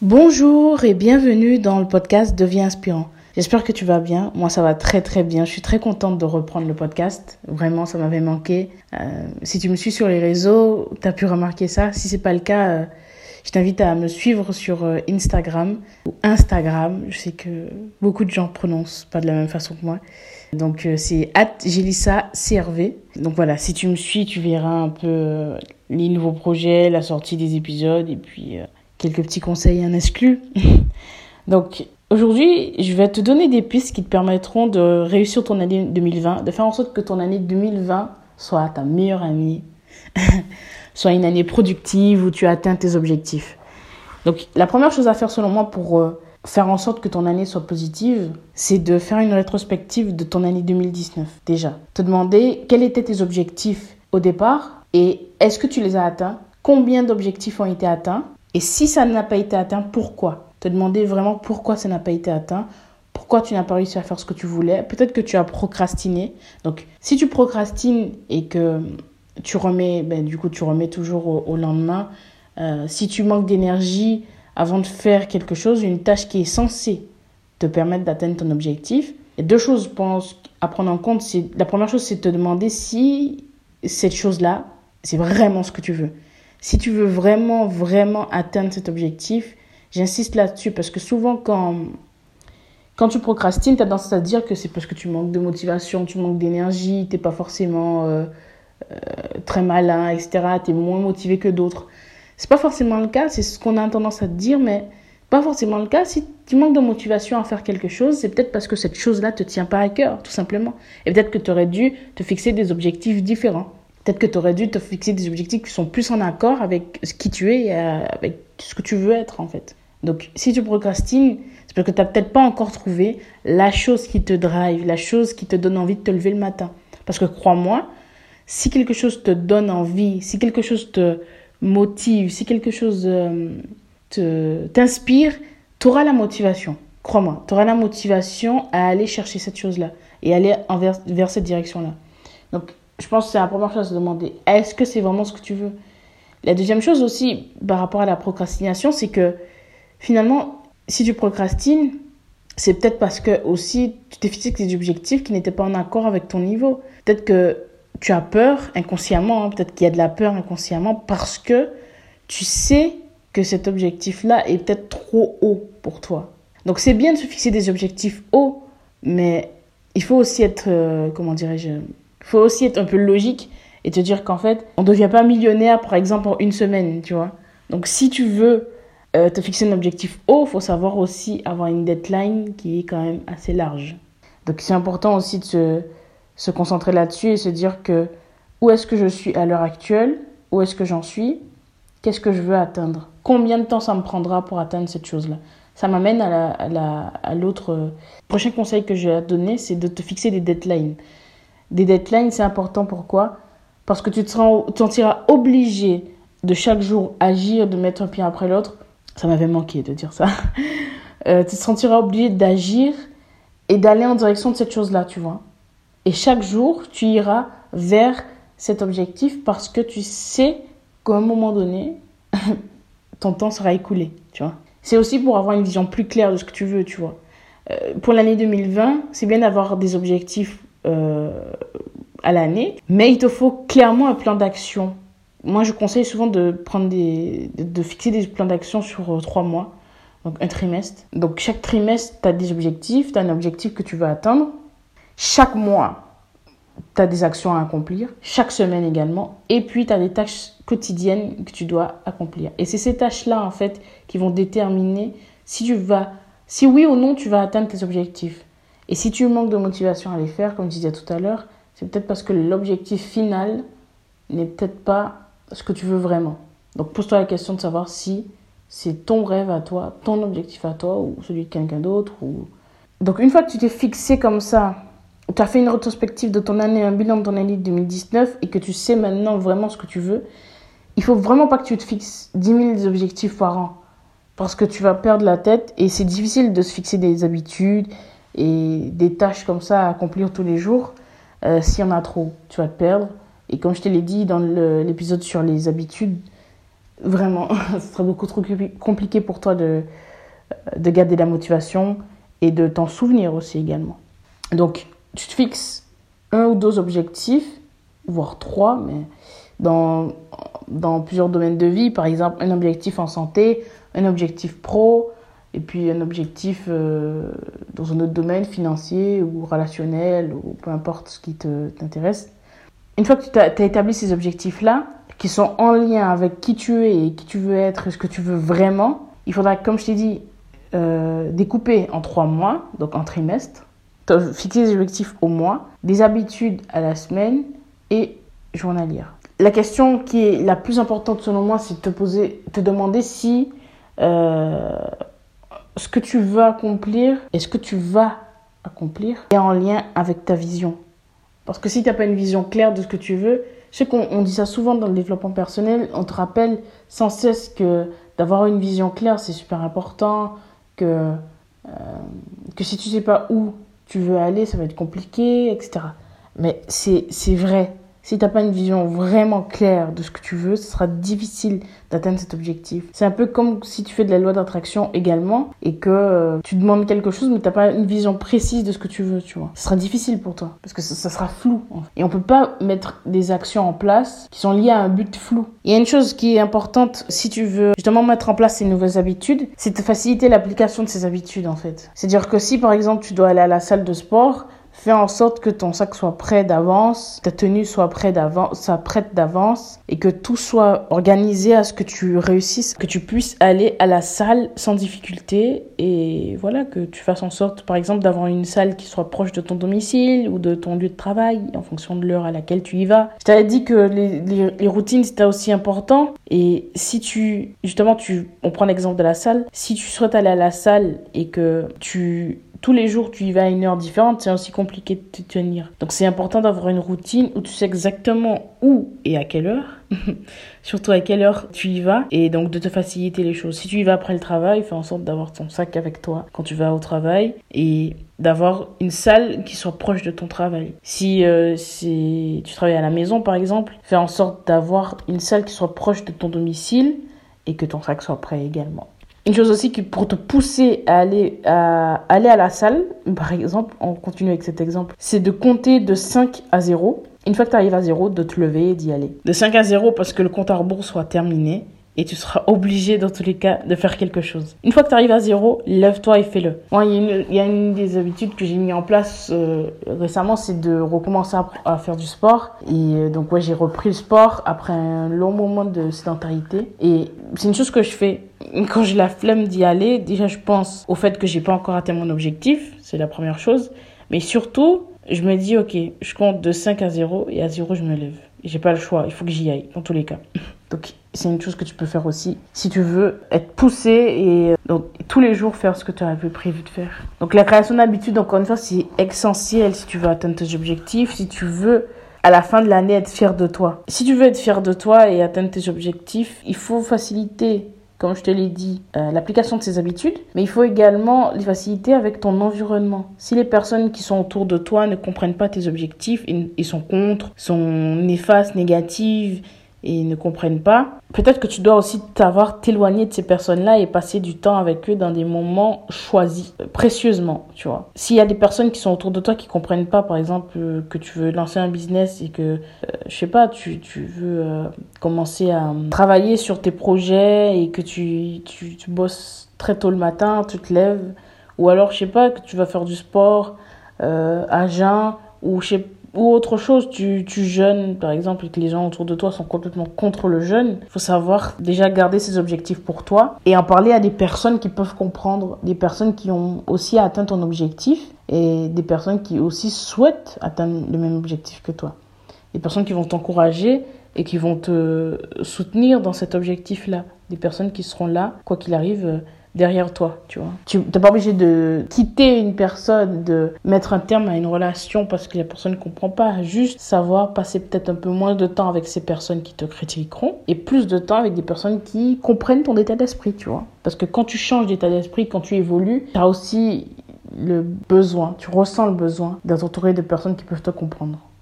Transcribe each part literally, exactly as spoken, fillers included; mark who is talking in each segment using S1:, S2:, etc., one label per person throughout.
S1: Bonjour et bienvenue dans le podcast Deviens inspirant. J'espère que tu vas bien. Moi, ça va très très bien. Je suis très contente de reprendre le podcast. Vraiment, ça m'avait manqué. Euh, si tu me suis sur les réseaux, tu as pu remarquer ça. Si c'est pas le cas, euh, je t'invite à me suivre sur euh, Instagram ou Instagram. Je sais que beaucoup de gens prononcent pas de la même façon que moi. Donc, euh, c'est arobase Jelissa C R V. Donc voilà, si tu me suis, tu verras un peu euh, les nouveaux projets, la sortie des épisodes et puis... Euh, quelques petits conseils en exclus. Donc, aujourd'hui, je vais te donner des pistes qui te permettront de réussir ton année deux mille vingt, de faire en sorte que ton année deux mille vingt soit ta meilleure année, soit une année productive où tu atteins tes objectifs. Donc, la première chose à faire selon moi pour euh, faire en sorte que ton année soit positive, c'est de faire une rétrospective de ton année deux mille dix-neuf, déjà. Te demander quels étaient tes objectifs au départ et est-ce que tu les as atteints? Combien d'objectifs ont été atteints? Et si ça n'a pas été atteint, pourquoi? Te demander vraiment pourquoi ça n'a pas été atteint, pourquoi tu n'as pas réussi à faire ce que tu voulais. Peut-être que tu as procrastiné. Donc, si tu procrastines et que tu remets, ben, du coup, tu remets toujours au, au lendemain, euh, si tu manques d'énergie avant de faire quelque chose, une tâche qui est censée te permettre d'atteindre ton objectif, il y a deux choses, je pense, à prendre en compte. C'est, la première chose, c'est de te demander si cette chose-là, c'est vraiment ce que tu veux. Si tu veux vraiment, vraiment atteindre cet objectif, j'insiste là-dessus parce que souvent, quand, quand tu procrastines, tu as tendance à te dire que c'est parce que tu manques de motivation, tu manques d'énergie, tu n'es pas forcément euh, euh, très malin, et cetera. Tu es moins motivé que d'autres. Ce n'est pas forcément le cas, c'est ce qu'on a tendance à te dire, mais pas forcément le cas. Si tu manques de motivation à faire quelque chose, c'est peut-être parce que cette chose-là ne te tient pas à cœur, tout simplement. Et peut-être que tu aurais dû te fixer des objectifs différents. Peut-être que tu aurais dû te fixer des objectifs qui sont plus en accord avec qui tu es et avec ce que tu veux être, en fait. Donc, si tu procrastines, c'est parce que tu n'as peut-être pas encore trouvé la chose qui te drive, la chose qui te donne envie de te lever le matin. Parce que crois-moi, si quelque chose te donne envie, si quelque chose te motive, si quelque chose euh, te, t'inspire, tu auras la motivation. Crois-moi, tu auras la motivation à aller chercher cette chose-là et aller envers, vers cette direction-là. Donc, je pense que c'est la première chose à se demander, est-ce que c'est vraiment ce que tu veux? La deuxième chose aussi, par rapport à la procrastination, c'est que finalement, si tu procrastines, c'est peut-être parce que aussi tu t'es fixé des objectifs qui n'étaient pas en accord avec ton niveau. Peut-être que tu as peur inconsciemment, hein, peut-être qu'il y a de la peur inconsciemment parce que tu sais que cet objectif-là est peut-être trop haut pour toi. Donc c'est bien de se fixer des objectifs hauts, mais il faut aussi être, euh, comment dirais-je... Il faut aussi être un peu logique et te dire qu'en fait, on ne devient pas millionnaire, par exemple, en une semaine, tu vois. Donc, si tu veux euh, te fixer un objectif haut, il faut savoir aussi avoir une deadline qui est quand même assez large. Donc, c'est important aussi de se, se concentrer là-dessus et se dire que où est-ce que je suis à l'heure actuelle? Où est-ce que j'en suis? Qu'est-ce que je veux atteindre? Combien de temps ça me prendra pour atteindre cette chose-là? Ça m'amène à, la, à, la, à l'autre... Euh, prochain conseil que je vais te donner, c'est de te fixer des deadlines. Des deadlines, c'est important. Pourquoi? Parce que tu te sentiras obligé de chaque jour agir, de mettre un pied après l'autre. Ça m'avait manqué de dire ça. Euh, tu te sentiras obligé d'agir et d'aller en direction de cette chose-là, tu vois. Et chaque jour, tu iras vers cet objectif parce que tu sais qu'à un moment donné, ton temps sera écoulé, tu vois. C'est aussi pour avoir une vision plus claire de ce que tu veux, tu vois. Euh, pour l'année deux mille vingt, c'est bien d'avoir des objectifs Euh, à l'année, mais il te faut clairement un plan d'action. Moi, je conseille souvent de prendre des, de, de fixer des plans d'action sur euh, trois mois, donc un trimestre. Donc chaque trimestre, tu as des objectifs, tu as un objectif que tu veux atteindre. Chaque mois, tu as des actions à accomplir, chaque semaine également, et puis tu as des tâches quotidiennes que tu dois accomplir. Et c'est ces tâches-là, en fait, qui vont déterminer si tu vas, si oui ou non tu vas atteindre tes objectifs. Et si tu manques de motivation à les faire, comme je disais tout à l'heure, c'est peut-être parce que l'objectif final n'est peut-être pas ce que tu veux vraiment. Donc pose-toi la question de savoir si c'est ton rêve à toi, ton objectif à toi ou celui de quelqu'un d'autre. Ou... Donc une fois que tu t'es fixé comme ça, tu as fait une rétrospective de ton année, un bilan de ton année deux mille dix-neuf et que tu sais maintenant vraiment ce que tu veux, il ne faut vraiment pas que tu te fixes dix mille objectifs par an parce que tu vas perdre la tête et c'est difficile de se fixer des habitudes et des tâches comme ça à accomplir tous les jours. Euh, s'il y en a trop, tu vas te perdre. Et comme je te l'ai dit dans le, l'épisode sur les habitudes, vraiment, ce serait beaucoup trop compliqué pour toi de, de garder la motivation et de t'en souvenir aussi également. Donc, tu te fixes un ou deux objectifs, voire trois, mais dans, dans plusieurs domaines de vie. Par exemple, un objectif en santé, un objectif pro, et puis un objectif euh, dans un autre domaine financier ou relationnel, ou peu importe ce qui te, t'intéresse. Une fois que tu as établi ces objectifs-là, qui sont en lien avec qui tu es et qui tu veux être et ce que tu veux vraiment, il faudra, comme je t'ai dit, euh, découper en trois mois, donc en trimestre, fixer des objectifs au mois, des habitudes à la semaine et journalière. La question qui est la plus importante selon moi, c'est de te poser, te demander si euh, ce que tu veux accomplir et ce que tu vas accomplir est en lien avec ta vision. Parce que si tu n'as pas une vision claire de ce que tu veux, je sais qu'on on dit ça souvent dans le développement personnel, on te rappelle sans cesse que d'avoir une vision claire, c'est super important, que, euh, que si tu ne sais pas où tu veux aller, ça va être compliqué, et cetera. Mais c'est, c'est vrai. Si tu n'as pas une vision vraiment claire de ce que tu veux, ce sera difficile d'atteindre cet objectif. C'est un peu comme si tu fais de la loi d'attraction également et que euh, tu demandes quelque chose mais tu n'as pas une vision précise de ce que tu veux, tu vois. Ce sera difficile pour toi parce que ça, ça sera flou. En fait. Et on ne peut pas mettre des actions en place qui sont liées à un but flou. Il y a une chose qui est importante si tu veux justement mettre en place ces nouvelles habitudes, c'est de faciliter l'application de ces habitudes en fait. C'est-à-dire que si par exemple tu dois aller à la salle de sport, fais en sorte que ton sac soit prêt d'avance, ta tenue soit prête d'avance, soit prête d'avance et que tout soit organisé à ce que tu réussisses, que tu puisses aller à la salle sans difficulté et voilà, que tu fasses en sorte, par exemple, d'avoir une salle qui soit proche de ton domicile ou de ton lieu de travail en fonction de l'heure à laquelle tu y vas. Je t'avais dit que les, les, les routines, c'était aussi important et si tu, justement, tu, on prend l'exemple de la salle, si tu souhaites aller à la salle et que tu tous les jours, tu y vas à une heure différente, c'est aussi compliqué de te tenir. Donc, c'est important d'avoir une routine où tu sais exactement où et à quelle heure, surtout à quelle heure tu y vas, et donc de te faciliter les choses. Si tu y vas après le travail, fais en sorte d'avoir ton sac avec toi quand tu vas au travail et d'avoir une salle qui soit proche de ton travail. Si, euh, si tu travailles à la maison, par exemple, fais en sorte d'avoir une salle qui soit proche de ton domicile et que ton sac soit prêt également. Une chose aussi qui pour te pousser à aller à aller à la salle, par exemple, on continue avec cet exemple, c'est de compter de cinq à zéro. Une fois que tu arrives à zéro, de te lever et d'y aller. De cinq à zéro parce que le compte à rebours soit terminé et tu seras obligé dans tous les cas de faire quelque chose. Une fois que tu arrives à zéro, lève-toi et fais-le. Moi, il y a une, il y a une des habitudes que j'ai mis en place euh, récemment, c'est de recommencer à, à faire du sport. Et euh, donc, ouais, j'ai repris le sport après un long moment de sédentarité. Et c'est une chose que je fais. Quand j'ai la flemme d'y aller, déjà, je pense au fait que j'ai pas encore atteint mon objectif. C'est la première chose. Mais surtout, je me dis, ok, je compte de cinq à zéro et à zéro, je me lève. J'ai pas le choix, il faut que j'y aille, dans tous les cas. Donc, c'est une chose que tu peux faire aussi si tu veux être poussé et donc tous les jours faire ce que tu avais prévu de faire. Donc, la création d'habitudes, encore une fois, c'est essentiel si tu veux atteindre tes objectifs, si tu veux à la fin de l'année être fier de toi. Si tu veux être fier de toi et atteindre tes objectifs, il faut faciliter, comme je te l'ai dit, euh, l'application de ces habitudes, mais il faut également les faciliter avec ton environnement. Si les personnes qui sont autour de toi ne comprennent pas tes objectifs, ils sont contre, sont néfastes, négatives et ne comprennent pas, peut-être que tu dois aussi t'avoir t'éloigner de ces personnes-là et passer du temps avec eux dans des moments choisis, euh, précieusement, tu vois. S'il y a des personnes qui sont autour de toi qui comprennent pas, par exemple, euh, que tu veux lancer un business et que, euh, je sais pas, tu, tu veux euh, commencer à travailler sur tes projets et que tu, tu, tu bosses très tôt le matin, tu te lèves, ou alors, je sais pas, que tu vas faire du sport euh, à jeun, ou je sais ou autre chose, tu, tu jeûnes par exemple et que les gens autour de toi sont complètement contre le jeûne, il faut savoir déjà garder ses objectifs pour toi et en parler à des personnes qui peuvent comprendre, des personnes qui ont aussi atteint ton objectif et des personnes qui aussi souhaitent atteindre le même objectif que toi. Des personnes qui vont t'encourager et qui vont te soutenir dans cet objectif-là. Des personnes qui seront là, quoi qu'il arrive, derrière toi, tu vois. Tu n'es pas obligé de quitter une personne, de mettre un terme à une relation parce que la personne ne comprend pas. Juste savoir passer peut-être un peu moins de temps avec ces personnes qui te critiqueront et plus de temps avec des personnes qui comprennent ton état d'esprit, tu vois. Parce que quand tu changes d'état d'esprit, quand tu évolues, tu as aussi le besoin, tu ressens le besoin d'être entouré de personnes qui peuvent te comprendre.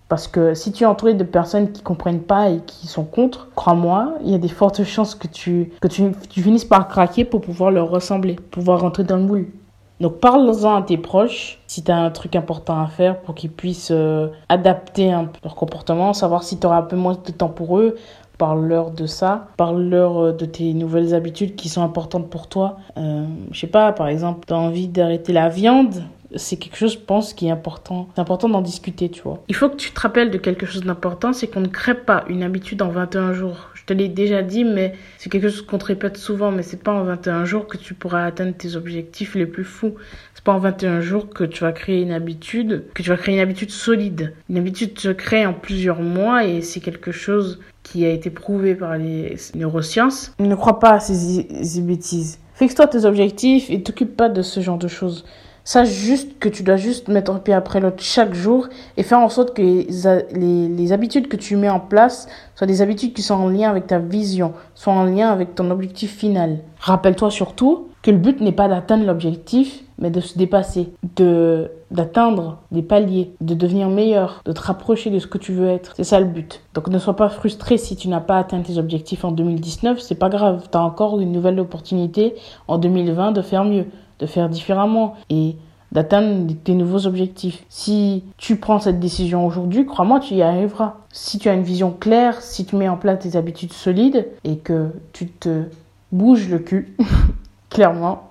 S1: Parce que si tu es entouré de personnes qui comprennent pas et qui sont contre, crois-moi, il y a des fortes chances que tu, que tu, tu finisses par craquer pour pouvoir leur ressembler, pour pouvoir rentrer dans le moule. Donc parle-en à tes proches si tu as un truc important à faire pour qu'ils puissent euh, adapter un peu leur comportement, savoir si tu auras un peu moins de temps pour eux. Parle-leur de ça, parle-leur de tes nouvelles habitudes qui sont importantes pour toi. Euh, je sais pas, par exemple, tu as envie d'arrêter la viande, c'est quelque chose, je pense, qui est important. C'est important d'en discuter, tu vois. Il faut que tu te rappelles de quelque chose d'important, c'est qu'on ne crée pas une habitude en vingt et un jours. Je te l'ai déjà dit, mais c'est quelque chose qu'on te répète souvent, mais c'est pas en vingt et un jours que tu pourras atteindre tes objectifs les plus fous. C'est pas en vingt et un jours que tu vas créer une habitude, que tu vas créer une habitude solide. Une habitude se crée en plusieurs mois et c'est quelque chose qui a été prouvé par les neurosciences. Ne crois pas à ces, ces bêtises. Fixe-toi tes objectifs et t'occupe pas de ce genre de choses. Sache juste que tu dois juste mettre un pied après l'autre chaque jour et faire en sorte que les, les, les habitudes que tu mets en place soient des habitudes qui sont en lien avec ta vision, soient en lien avec ton objectif final. Rappelle-toi surtout que le but n'est pas d'atteindre l'objectif, mais de se dépasser, de d'atteindre des paliers, de devenir meilleur, de te rapprocher de ce que tu veux être. C'est ça le but. Donc ne sois pas frustré si tu n'as pas atteint tes objectifs en deux mille dix-neuf, c'est pas grave. Tu as encore une nouvelle opportunité en deux mille vingt de faire mieux, de faire différemment et d'atteindre tes nouveaux objectifs. Si tu prends cette décision aujourd'hui, crois-moi, tu y arriveras. Si tu as une vision claire, si tu mets en place des habitudes solides et que tu te bouges le cul, clairement,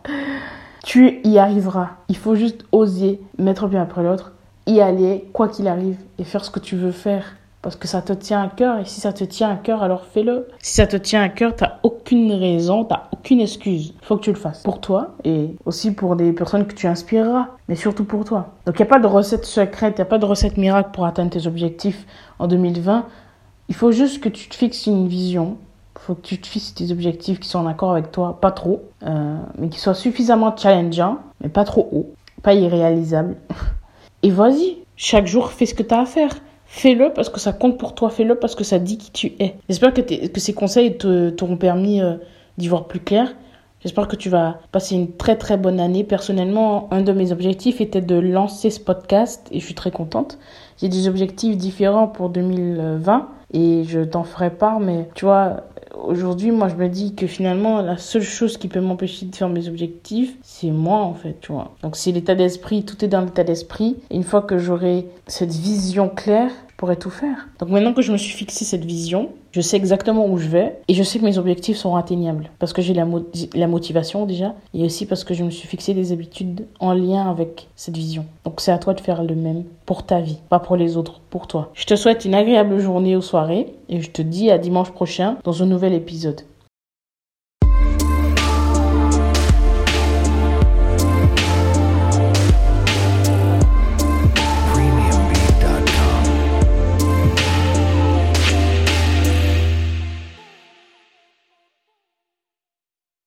S1: tu y arriveras. Il faut juste oser mettre un pied après l'autre, y aller, quoi qu'il arrive, et faire ce que tu veux faire. Parce que ça te tient à cœur, et si ça te tient à cœur, alors fais-le. Si ça te tient à cœur, t'as aucune raison, t'as aucune excuse. Il faut que tu le fasses. Pour toi, et aussi pour des personnes que tu inspireras, mais surtout pour toi. Donc il n'y a pas de recette secrète, il n'y a pas de recette miracle pour atteindre tes objectifs en deux mille vingt. Il faut juste que tu te fixes une vision. Il faut que tu te fixes des objectifs qui sont en accord avec toi, pas trop, euh, mais qui soient suffisamment challengeants, mais pas trop hauts, pas irréalisables. Et vas-y, chaque jour, fais ce que tu as à faire. Fais-le parce que ça compte pour toi, fais-le parce que ça dit qui tu es. J'espère que, que ces conseils te, t'auront permis euh, d'y voir plus clair. J'espère que tu vas passer une très très bonne année. Personnellement, un de mes objectifs était de lancer ce podcast et je suis très contente. J'ai des objectifs différents pour deux mille vingt et je t'en ferai part, mais tu vois, aujourd'hui, moi, je me dis que finalement, la seule chose qui peut m'empêcher de faire mes objectifs, c'est moi, en fait, tu vois. Donc, c'est l'état d'esprit, tout est dans l'état d'esprit. Et une fois que j'aurai cette vision claire, je pourrai tout faire. Donc, maintenant que je me suis fixé cette vision, je sais exactement où je vais et je sais que mes objectifs seront atteignables. Parce que j'ai la, mo- la motivation, déjà, et aussi parce que je me suis fixé des habitudes en lien avec cette vision. Donc, c'est à toi de faire le même pour ta vie, pas pour les autres, pour toi. Je te souhaite une agréable journée ou soirée et je te dis à dimanche prochain dans un nouvel épisode.